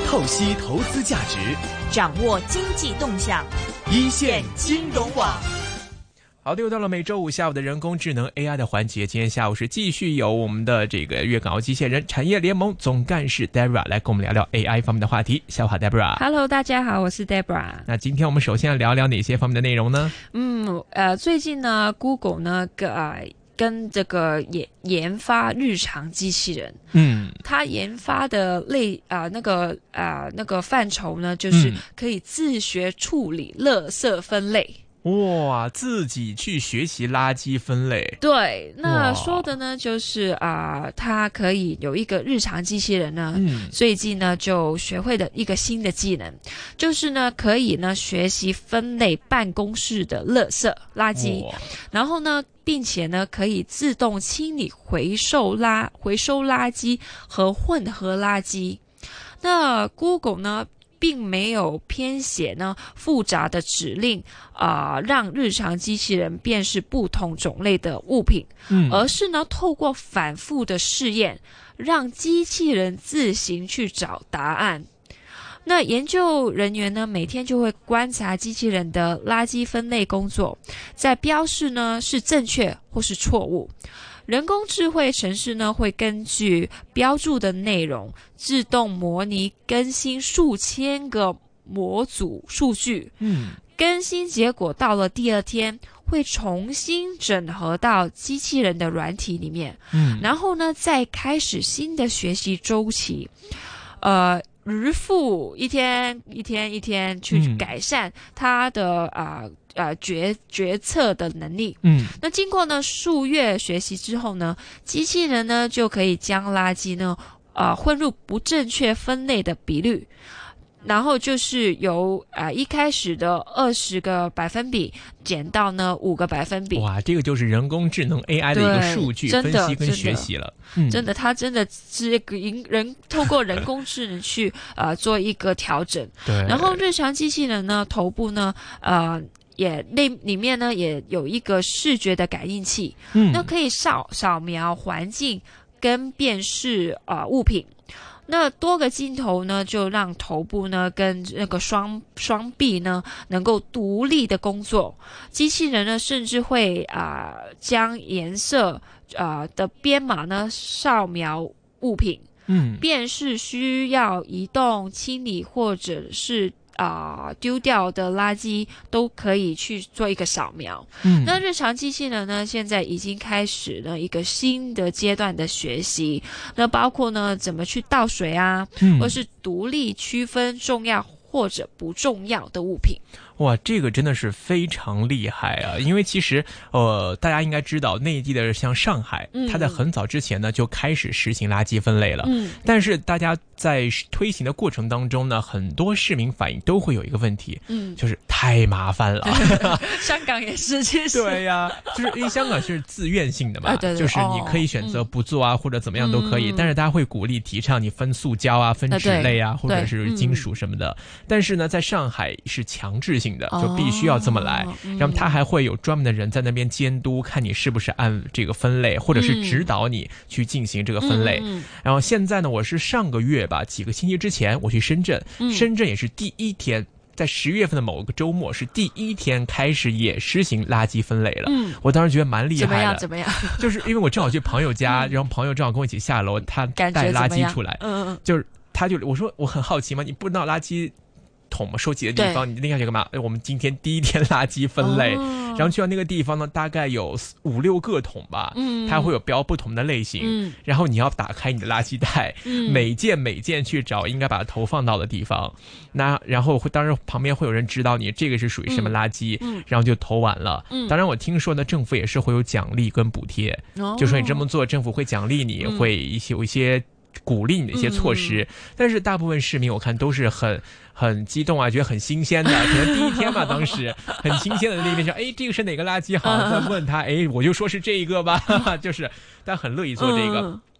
透析投资价值， 掌握经济动向， 一线金融网。 好的，又到了每周五下午的人工智能 AI 的环节。今天下午是继续有我们的这个粤港澳机械人产业联盟总干事 Deborah 来跟我们聊聊 AI 方面的话题。下午好 Deborah。Hello， 大家好，我是 Deborah。 那今天我们首先要聊聊哪些方面的内容呢？ 最近呢 Google 呢跟这个研发日常机器人，它研发的那个范畴呢，就是可以自学处理垃圾分类。 哇，自己去学习垃圾分类。 对，那说的呢就是它可以有一个日常机器人呢，最近呢就学会的一个新的技能，就是呢可以呢学习分类办公室的垃圾，然后呢并且呢可以自动清理回收垃圾和混合垃圾。那 Google 呢并没有编写呢复杂的指令让日常机器人辨识不同种类的物品，而是呢透过反复的试验，让机器人自行去找答案。那研究人员呢每天就会观察机器人的垃圾分类工作，在标示呢是正确或是错误。人工智慧程式呢会根据标注的内容自动模拟更新数千个模组数据，更新结果到了第二天会重新整合到机器人的软体里面，然后呢再开始新的学习周期，日复一天去改善它的决策的能力。那经过呢数月学习之后呢，机器人呢就可以将垃圾呢混入不正确分类的比率，然后就是由一开始的20个百分比减到呢5个百分比。 哇，这个就是人工智能 AI 的一个数据分析跟学习了。 真的，它真的是透过人工智能去做一个调整。 对。 然后日常机器人呢头部呢里面呢也有一个视觉的感应器，那可以扫描环境跟辨识物品。那多个镜头呢就让头部呢跟那个双臂呢能够独立的工作。机器人呢甚至会将颜色的编码呢扫描物品，辨识需要移动清理或者是丢掉的垃圾都可以去做一个扫描。那日常机器人呢现在已经开始了一个新的阶段的学习，那包括呢怎么去倒水或是独立区分重要或者不重要的物品。 哇，这个真的是非常厉害啊！因为其实大家应该知道，内地的像上海，它在很早之前呢就开始实行垃圾分类了。但是大家在推行的过程当中呢，很多市民反映都会有一个问题，就是太麻烦了。 香港也是，其实对呀，就是因为香港是自愿性的嘛， 对， 就是你可以选择不做或者怎么样都可以，但是大家会鼓励提倡你分塑胶分纸类或者是金属什么的。但是呢，在上海是强制性的，就必须要这么来，然后他还会有专门的人在那边监督，看你是不是按这个分类，或者是指导你去进行这个分类。然后现在呢，我是上个月吧，几个星期之前我去深圳，深圳也是第一天，在10月份的某个周末是第一天开始也实行垃圾分类了。我当时觉得蛮厉害的。 怎么样？ 就是因为我正好去朋友家，然后朋友正好跟我一起下楼，他带垃圾出来，就是我说我很好奇嘛，你不知道垃圾桶收集的地方，你那天去干嘛？我们今天第一天垃圾分类，然后去到那个地方呢，大概有5-6个桶吧，它会有标不同的类型，然后你要打开你的垃圾袋，每件去找应该把它投放到的地方，那然后当然旁边会有人指导你这个是属于什么垃圾，然后就投完了。当然我听说呢，政府也是会有奖励跟补贴，就说你这么做，政府会奖励你，会有一些鼓励你的一些措施，但是大部分市民我看都是很激动觉得很新鲜的，可能第一天嘛，当时很新鲜的那边说，这个是哪个垃圾好，再问他，我就说是这一个吧，就是大家很乐意做这个。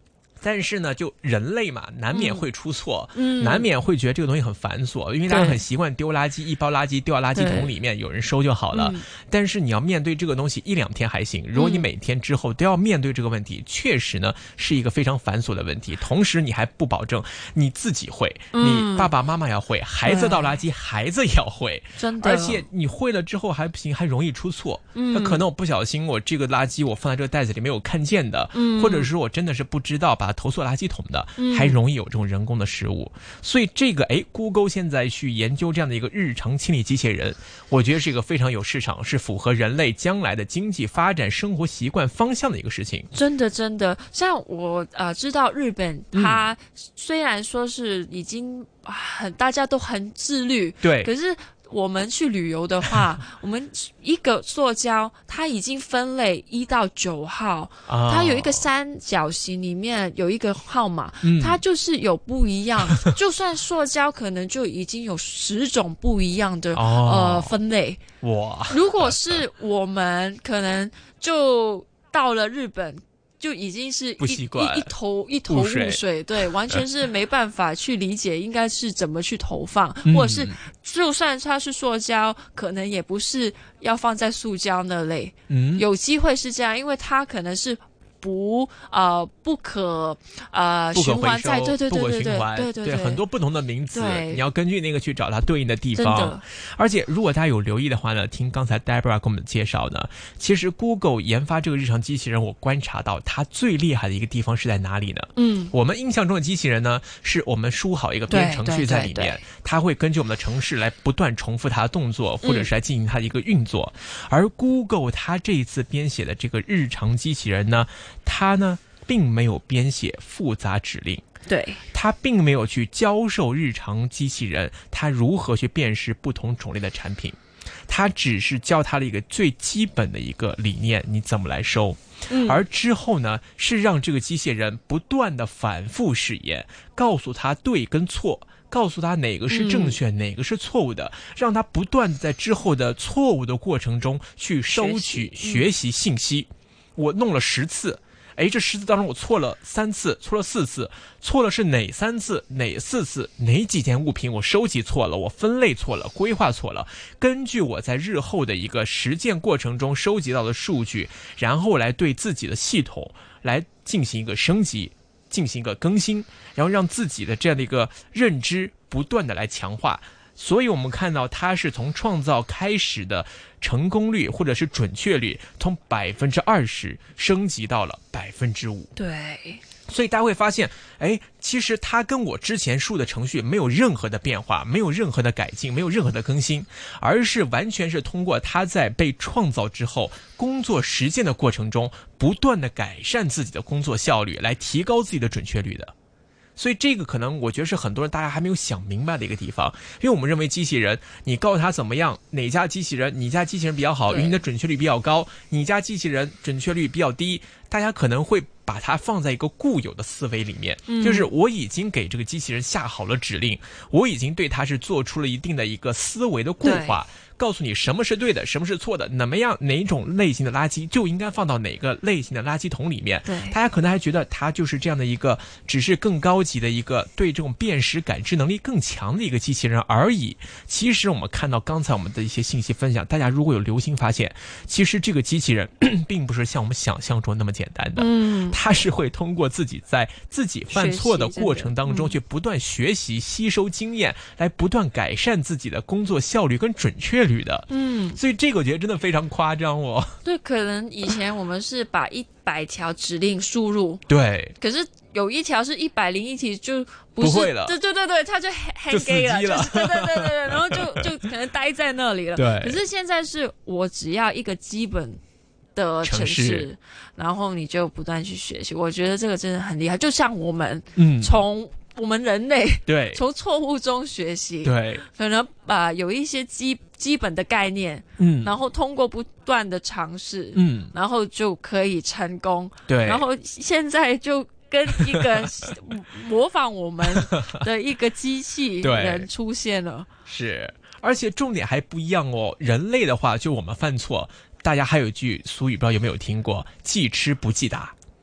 但是呢，就人类嘛，难免会出错，难免会觉得这个东西很繁琐，因为大家很习惯丢垃圾，一包垃圾丢到垃圾桶里面，有人收就好了。但是你要面对这个东西1-2天还行，如果你每天之后都要面对这个问题，确实呢是一个非常繁琐的问题。同时你还不保证你自己会，你爸爸妈妈要会，孩子倒垃圾，孩子也要会， 真的。 而且你会了之后还不行，还容易出错。那可能我不小心，我这个垃圾我放在这个袋子里没有看见的，或者是我真的是不知道把它投诉垃圾桶的，还容易有这种人工的失误。所以这个Google 现在去研究这样的一个日常清理机器人，我觉得是一个非常有市场，是符合人类将来的经济发展、生活习惯方向的一个事情。 真的，像我知道日本，它虽然说是已经大家都很自律， 对， 可是我们去旅游的话，我们一个塑胶它已经分类1到9号，它有一个三角形里面有一个号码，它就是有不一样。就算塑胶可能就已经有10种不一样的分类。 哇！ 如果是我们可能就到了日本，就已经是一头雾水，对，完全是没办法去理解应该是怎么去投放，或者是就算它是塑胶，可能也不是要放在塑胶那类。有机会是这样，因为它可能是不可循环再不可循环，对很多不同的名词，你要根据那个去找它对应的地方。而且如果大家有留意的话呢，听刚才 Deborah 跟我们介绍呢，其实 Google 研发这个日常机器人，我观察到它最厉害的一个地方是在哪里呢？我们印象中的机器人呢，是我们输好一个编程序在里面，它会根据我们的程式来不断重复它的动作，或者是来进行它的一个运作。而 Google 它这一次编写的这个日常机器人呢，它呢并没有编写复杂指令， 对， 它并没有去教授日常机器人它如何去辨识不同种类的产品，它只是教它了一个最基本的一个理念，你怎么来收。而之后呢，是让这个机器人不断的反复试验，告诉它对跟错，告诉他哪个是正确，哪个是错误的，让他不断在之后的错误的过程中去收取学习信息。我弄了10次，这10次当中我错了3次，错了4次，错了是哪3次，哪4次，哪几件物品我收集错了，我分类错了，规划错了，根据我在日后的一个实践过程中收集到的数据，然后来对自己的系统来进行一个升级，进行一个更新，然后让自己的这样的一个认知不断的来强化。所以我们看到它是从创造开始的成功率或者是准确率从20%升级到了5%。 对， 所以大家会发现，其实它跟我之前输的程序没有任何的变化，没有任何的改进，没有任何的更新，而是完全是通过它在被创造之后工作实践的过程中不断的改善自己的工作效率，来提高自己的准确率的。所以这个可能我觉得是很多人大家还没有想明白的一个地方，因为我们认为机器人，你告诉他怎么样，哪家机器人，你家机器人比较好，因为你的准确率比较高，你家机器人准确率比较低，大家可能会把它放在一个固有的思维里面，就是我已经给这个机器人下好了指令，我已经对它是做出了一定的一个思维的固化，告诉你什么是对的，什么是错的，哪种类型的垃圾就应该放到哪个类型的垃圾桶里面。大家可能还觉得它就是这样的一个只是更高级的一个对这种辨识感知能力更强的一个机器人而已。其实我们看到刚才我们的一些信息分享，大家如果有留心发现，其实这个机器人并不是像我们想象中那么简单的，它是会通过自己在自己犯错的过程当中去不断学习吸收经验，来不断改善自己的工作效率跟准确率的。所以这个我觉得真的非常夸张哦。 对，可能以前我们是把100条指令输入， 对， 可是有一条是101题就不会了， 对，它就 hang gay 了，就是对，然后就可能待在那里了。 对， 可是现在是我只要一个基本的程式，然后你就不断去学习，我觉得这个真的很厉害。就像我们从我们人类对从错误中学习， 对， 可能有一些基本的概念，然后通过不断的尝试，然后就可以成功。 对， 然后现在就跟一个模仿我们的一个机器人出现了。 是，而且重点还不一样哦。人类的话，就我们犯错，大家还有一句俗语，不知道有没有听过，记吃不记打。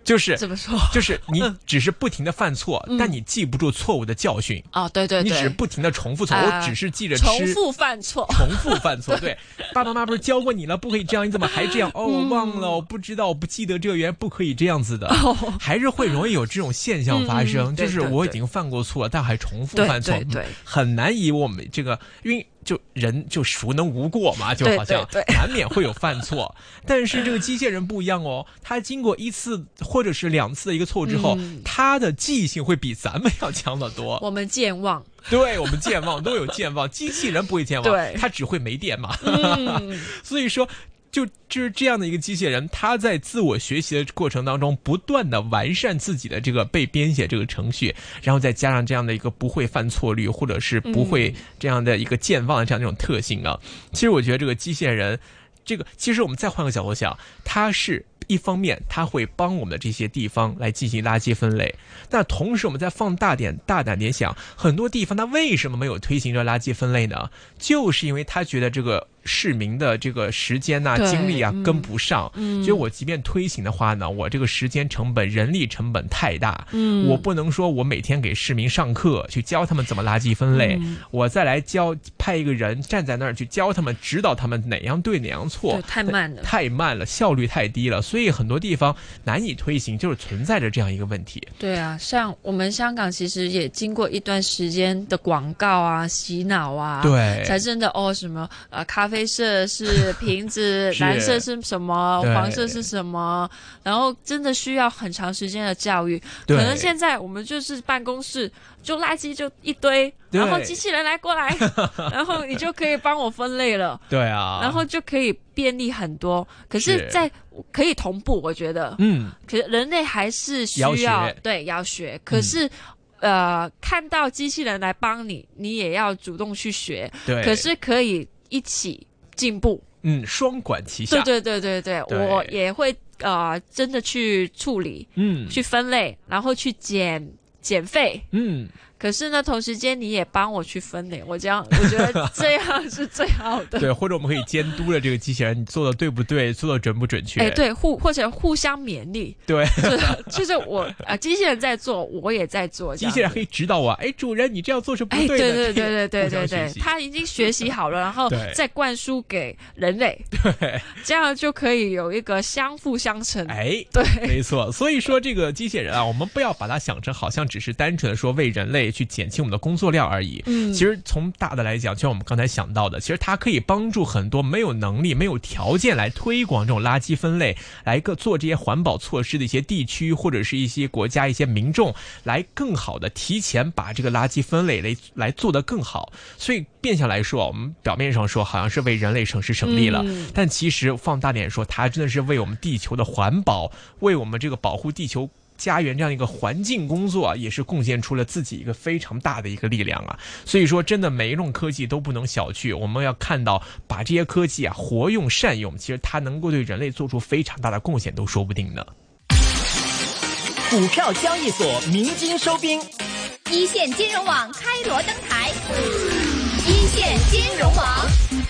就是怎么说？ 就是你只是不停的犯错，但你记不住错误的教训。 对对对， 你只是不停的重复错，我只是记着重复犯错， 对，爸爸妈妈不是教过你了，不可以这样，你怎么还这样？我忘了，我不知道，我不记得这个原来不可以这样子的，还是会容易有这种现象发生，就是我已经犯过错了，但还重复犯错， 对， 很难以我们这个，因为就人就孰能无过嘛，就好像难免会有犯错，但是这个机械人不一样哦，他经过1次或者是2次的一个错误之后，他的记性会比咱们要强得多。 我们健忘， 对，我们健忘都有健忘，机器人不会健忘，它只会没电嘛。所以说就是这样的一个机械人，它在自我学习的过程当中，不断的完善自己的这个被编写这个程序，然后再加上这样的一个不会犯错率，或者是不会这样的一个健忘的这样的一种特性啊。其实我觉得这个机械人，其实我们再换个角度想，它是一方面它会帮我们的这些地方来进行垃圾分类，但同时我们再放大胆点想，很多地方它为什么没有推行这垃圾分类呢？就是因为它觉得这个市民的这个时间精力跟不上，所以我即便推行的话呢，我这个时间成本人力成本太大，我不能说我每天给市民上课去教他们怎么垃圾分类，我再来派一个人站在那儿去教他们，指导他们哪样对哪样错， 太慢了， 效率太低了，所以很多地方难以推行，就是存在着这样一个问题。 对啊，像我们香港其实也经过一段时间的广告洗脑对， 才真的什么咖啡色是瓶子蓝色是什么，黄色是什么，然后真的需要很长时间的教育。可能现在我们就是办公室就垃圾就一堆，然后机器人过来然后你就可以帮我分类了。 对啊， 然后就可以便利很多。可是可以同步，我觉得可是人类还是需要学，可是看到机器人来帮你也要主动去学。 对， 可是可以一起进步， 双管齐下。 对，我也会真的去处理，去分类，然后去减废，可是呢，同时间你也帮我去分类，我觉得这样是最好的。 对，或者我们可以监督了这个机器人，你做的对不对，做的准不准确？ 对，或者互相勉励。 对， 就是我机器人在做，我也在做。 机器人可以指导我，主人你这样做是不对的。 对，他已经学习好了，然后再灌输给人类。 对， 这样就可以有一个相辅相成。 对，没错。所以说这个机器人我们不要把它想成好像只是单纯的说为人类去减轻我们的工作量而已。其实从大的来讲，就像我们刚才想到的，其实它可以帮助很多没有能力没有条件来推广这种垃圾分类，来做这些环保措施的一些地区或者是一些国家一些民众，来更好的提前把这个垃圾分类来做得更好。所以变相来说，我们表面上说好像是为人类省时省力了，但其实放大点说，它真的是为我们地球的环保，为我们这个保护地球家园这样一个环境工作也是贡献出了自己一个非常大的一个力量所以说真的每一种科技都不能小觑，我们要看到把这些科技活用善用，其实它能够对人类做出非常大的贡献都说不定呢。 股票交易所鸣金收兵， 一线金融网开锣登台，一线金融网。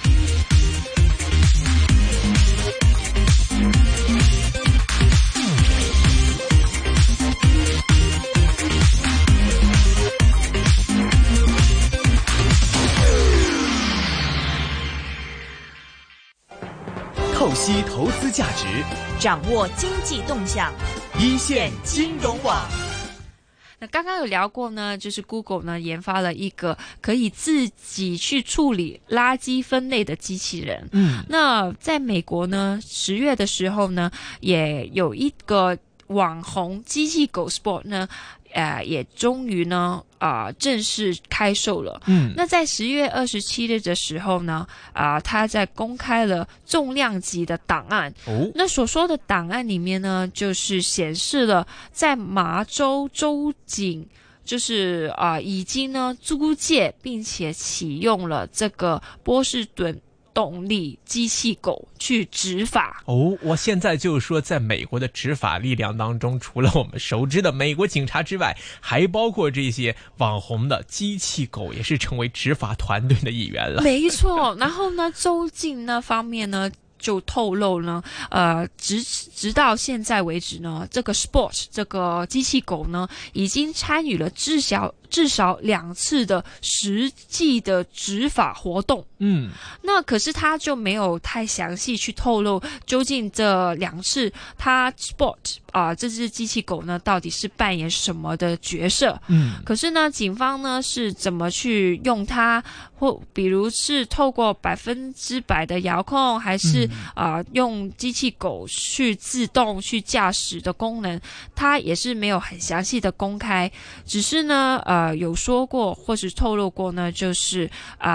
透析投资价值， 掌握经济动向， 一线金融网。 那刚刚有聊过呢，就是 Google 呢研发了一个可以自己去处理垃圾分类的机器人。那在美国呢，10月的时候呢，也有一个网红机器狗 Sport 呢，也终于呢正式开售了。那在10月27日的时候呢，他在公开了重量级的档案。那所说的档案里面呢，就是显示了在麻州州警就是已经呢租借并且启用了这个波士顿动力机器狗去执法。 我现在就是说，在美国的执法力量当中，除了我们熟知的美国警察之外，还包括这些网红的机器狗也是成为执法团队的一员了。 没错。然后呢，州警那方面呢就透露呢，直到现在为止呢，这个 Spot 这个机器狗呢，已经参与了至少2次的实际的执法活动。那可是他就没有太详细去透露究竟这2次他 Spot 这只机器狗呢到底是扮演什么的角色。可是呢，警方呢是怎么去用它，或比如是透过100%的遥控，还是用机器狗去自动去驾驶的功能，它也是没有很详细的公开。只是呢有说过或是透露过呢，就是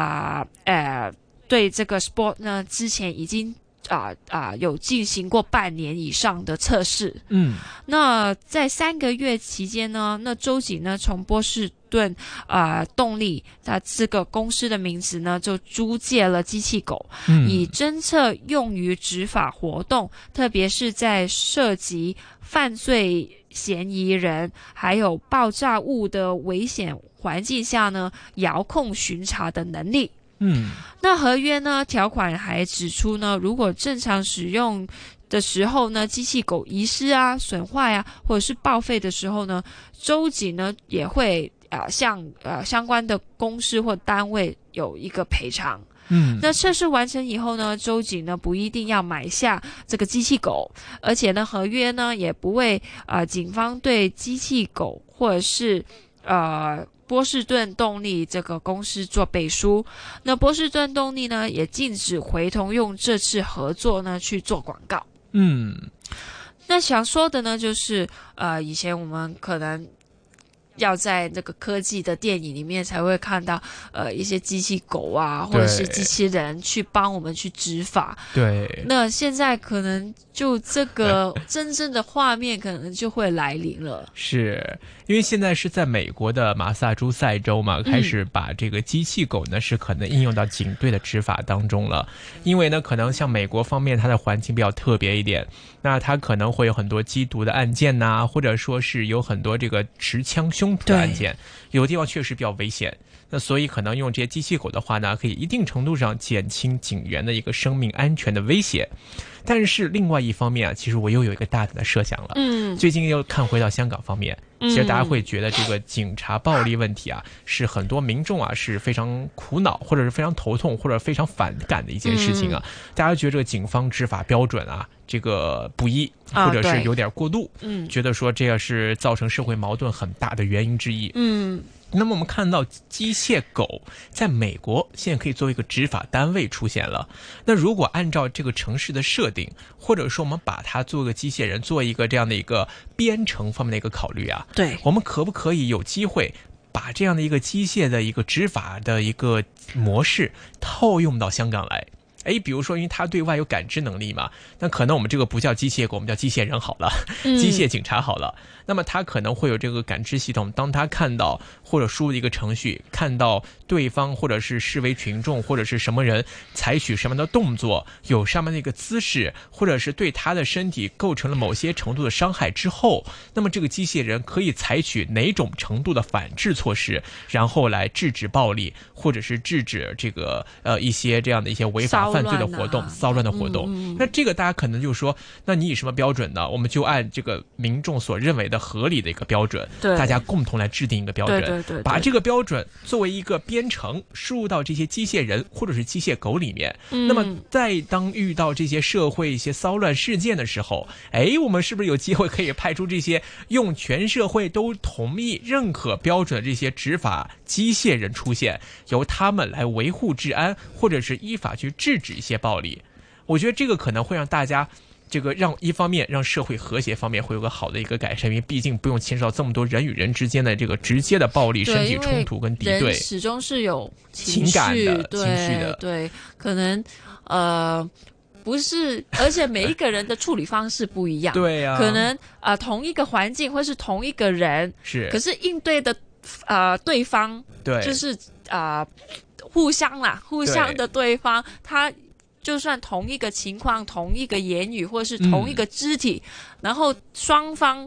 对这个 Spot 呢之前已经有进行过半年以上的测试。那在3个月期间呢，那州警呢从波士顿动力这个公司的名字呢就租借了机器狗，以侦测用于执法活动，特别是在涉及犯罪嫌疑人还有爆炸物的危险环境下呢，遥控巡查的能力。那合约呢条款还指出呢，如果正常使用的时候呢，机器狗遗失损坏或者是报废的时候呢，州警呢也会向相关的公司或单位有一个赔偿。那测试完成以后呢，州警呢不一定要买下这个机器狗，而且呢合约呢也不为警方对机器狗或者是波士顿动力这个公司做背书。那波士顿动力呢也禁止回头用这次合作呢去做广告。那想说的呢就是以前我们可能要在这个科技的电影里面才会看到一些机器狗或者是机器人去帮我们去执法。 对， 那现在可能就这个真正的画面可能就会来临了。 是因为现在是在美国的马萨诸塞州嘛，开始把这个机器狗呢是可能应用到警队的执法当中了。因为呢可能像美国方面它的环境比较特别一点，那它可能会有很多缉毒的案件或者说是有很多这个持枪凶突的案件，有的地方确实比较危险。那所以可能用这些机器狗的话呢，可以一定程度上减轻警员的一个生命安全的威胁。但是另外一方面其实我又有一个大胆的设想了。最近又看回到香港方面，其实大家会觉得这个警察暴力问题是很多民众是非常苦恼，或者是非常头痛，或者非常反感的一件事情大家觉得这个警方执法标准这个不一，或者是有点过度，觉得说这个是造成社会矛盾很大的原因之一。那么我们看到机械狗在美国现在可以作为一个执法单位出现了。那如果按照这个城市的设定，或者说我们把它做个机械人，做一个这样的一个编程方面的一个考虑对， 我们可不可以有机会把这样的一个机械的一个执法的一个模式套用到香港来？比如说因为它对外有感知能力嘛，那可能我们这个不叫机械狗，我们叫机械人好了，机械警察好了。那么它可能会有这个感知系统，当它看到或者输入一个程序，看到对方或者是示威群众或者是什么人采取什么的动作，有什么的一个姿势，或者是对他的身体构成了某些程度的伤害之后，那么这个机械人可以采取哪种程度的反制措施，然后来制止暴力，或者是制止这个一些这样的一些违法犯罪的活动、骚乱的活动。那这个大家可能就说，那你以什么标准呢？我们就按这个民众所认为的合理的一个标准，大家共同来制定一个标准，把这个标准作为一个编程输入到这些机械人或者是机械狗里面。那么在当遇到这些社会一些骚乱事件的时候，我们是不是有机会可以派出这些用全社会都同意认可标准的这些执法机械人出现，由他们来维护治安，或者是依法去制止一些暴力？我觉得这个可能会让大家这个一方面让社会和谐方面会有个好的一个改善，因为毕竟不用牵涉到这么多人与人之间的这个直接的暴力、身体冲突跟敌对， 人始终是有情感的、情绪的， 对，可能不是，而且每一个人的处理方式不一样， 对啊， 可能同一个环境或是同一个人，可是应对的对方， 对， 就是互相的对方，他就算同一个情况、同一个言语或是同一个肢体，然后双方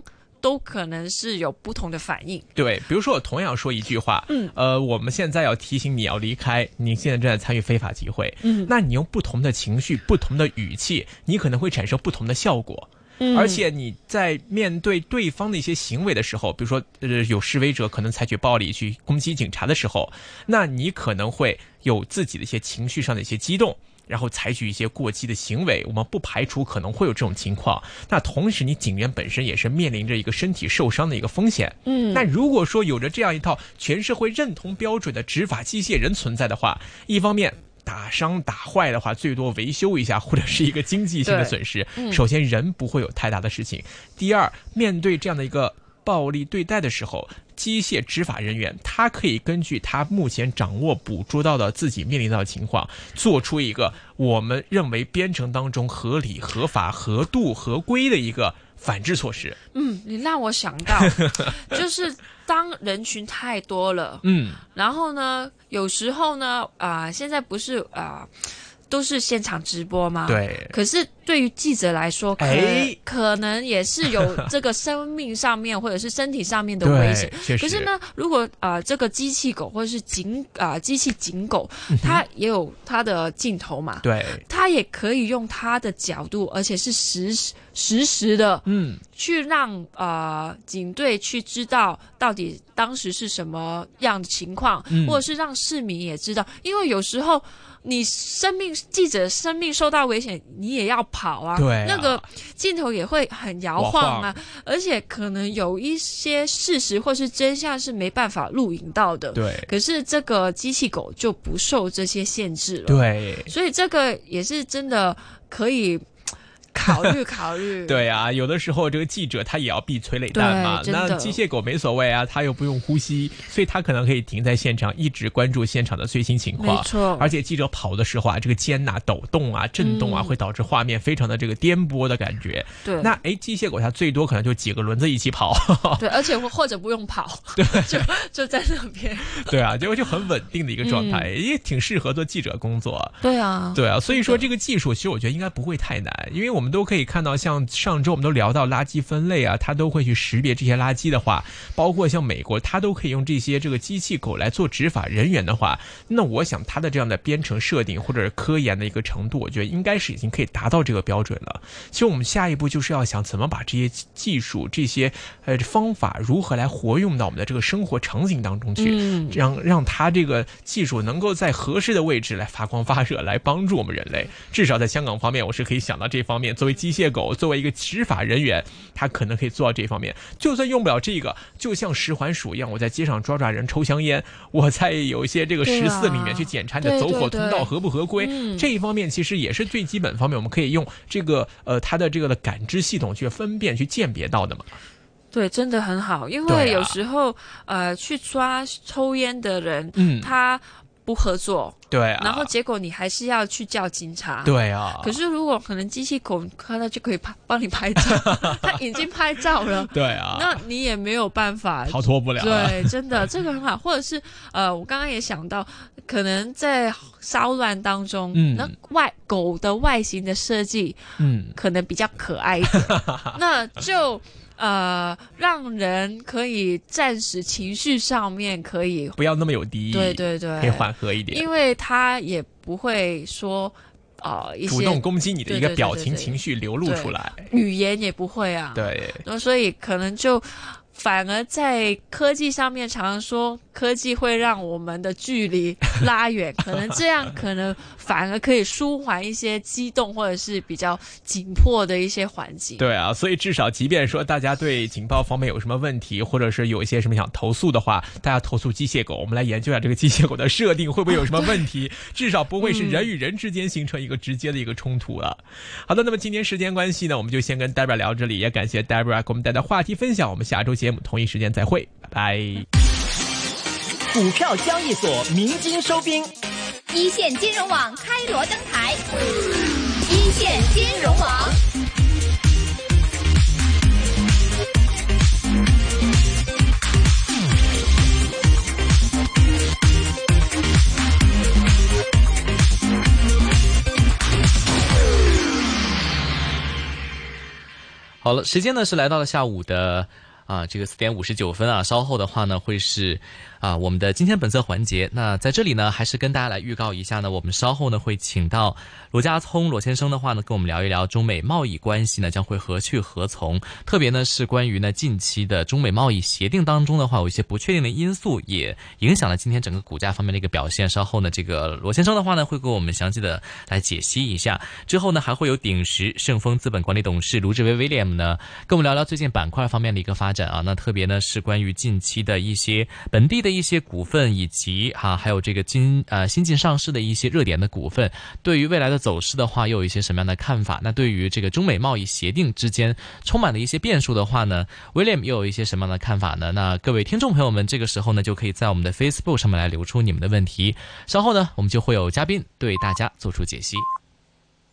都可能是有不同的反应。 对，比如说我同样说一句话，我们现在要提醒你要离开，你现在正在参与非法集会，那你用不同的情绪、不同的语气，你可能会产生不同的效果。而且你在面对对方的一些行为的时候，比如说有示威者可能采取暴力去攻击警察的时候，那你可能会有自己的一些情绪上的一些激动，然后采取一些过激的行为，我们不排除可能会有这种情况。那同时你警员本身也是面临着一个身体受伤的一个风险。那如果说有着这样一套全社会认同标准的执法机械人存在的话，一方面打伤打坏的话最多维修一下，或者是一个经济性的损失，首先人不会有太大的事情。第二，面对这样的一个暴力对待的时候，机械执法人员他可以根据他目前掌握捕捉到的自己面临到的情况，做出一个我们认为编程当中合理合法合度合规的一个反制措施。 你让我想到就是当人群太多了，然后呢有时候呢现在不是都是现场直播吗？ 对。 可是对于记者来说，可能也是有这个生命上面或者是身体上面的危险。可是呢，如果这个机器狗或者是机器警狗，它也有它的镜头嘛， 对， 它也可以用它的角度，而且是实时的，去让警队去知道到底当时是什么样的情况，或者是让市民也知道，因为有时候你记者生命受到危险，你也要跑啊， 对啊， 那个镜头也会很摇晃啊，而且可能有一些事实或是真相是没办法录影到的， 对。 可是这个机器狗就不受这些限制了， 对， 所以这个也是真的可以考虑。 对啊，有的时候这个记者他也要避催泪弹嘛，那机械狗没所谓啊，他又不用呼吸，所以他可能可以停在现场，一直关注现场的最新情况。 没错， 而且记者跑的时候这个肩抖动震动会导致画面非常的这个颠簸的感觉。 对， 那机械狗它最多可能就几个轮子一起跑。 对，而且或者不用跑，对，就在那边。 对啊，就很稳定的一个状态，也挺适合做记者工作。 对啊， 所以说这个技术其实我觉得应该不会太难，因为我们都可以看到，像上周我们都聊到垃圾分类它都会去识别这些垃圾的话，包括像美国它都可以用这个机器狗来做执法人员的话，那我想它的这样的编程设定或者是科研的一个程度，我觉得应该是已经可以达到这个标准了。其实我们下一步就是要想怎么把这些技术这些方法如何来活用到我们的这个生活场景当中去，让它这个技术能够在合适的位置来发光发热，来帮助我们人类。至少在香港方面我是可以想到这方面，作为机械狗作为一个执法人员，他可能可以做到这方面。就算用不了这个，就像10环鼠一样，我在街上抓人抽香烟，我在有一些这个14里面去检查你的走火通道合不合规，这一方面其实也是最基本方面，我们可以用这个它的这个的感知系统去分辨去鉴别到的嘛。 对，真的很好，因为有时候去抓抽烟的人，他不合作， 对啊， 然后结果你还是要去叫警察， 对啊。 可是如果可能机器狗看到就可以帮你拍照，他已经拍照了， 对啊， 那你也没有办法逃脱不了。 对，真的这个很好。或者是我刚刚也想到，可能在骚乱当中，那狗的外形的设计，可能比较可爱一点，那就。让人可以暂时情绪上面可以不要那么有敌意， 对， 可以缓和一点，因为他也不会说一些主动攻击你的一个表情情绪流露出来， 语言也不会对， 所以可能就反而在科技上面常常说科技会让我们的距离拉远，可能这样可能反而可以舒缓一些激动或者是比较紧迫的一些环境。 对啊，所以至少即便说大家对警报方面有什么问题，或者是有一些什么想投诉的话，大家投诉机械狗，我们来研究一下这个机械狗的设定会不会有什么问题，至少不会是人与人之间形成一个直接的一个冲突了。好的，那么今天时间关系呢，我们就先跟 Deborah 聊这里，也感谢 Deborah 给我们带来话题分享，我们下周节目同一时间再会，拜拜。 股票交易所鸣金收兵， 一线金融网开锣登台，一线金融网。 好了，时间呢是来到了下午的这个4点59分啊，稍后的话呢会是我们的今天本色环节。那在这里呢，还是跟大家来预告一下呢，我们稍后呢会请到罗家聪罗先生的话呢，跟我们聊一聊中美贸易关系呢将会何去何从，特别呢是关于呢近期的中美贸易协定当中的话，有一些不确定的因素也影响了今天整个股价方面的一个表现。稍后呢，这个罗先生的话呢会给我们详细的来解析一下。之后呢，还会有鼎石盛丰资本管理董事卢志威 William 呢跟我们聊聊最近板块方面的一个发展啊。那特别呢是关于近期的一些本地的一些股份，以及还有这个新进上市的一些热点的股份，对于未来的走势的话又有一些什么样的看法？那对于这个中美贸易协定之间充满了一些变数的话呢， William 又有一些什么样的看法呢？那各位听众朋友们，这个时候呢就可以在我们的 Facebook 上面来留出你们的问题，稍后呢我们就会有嘉宾对大家做出解析。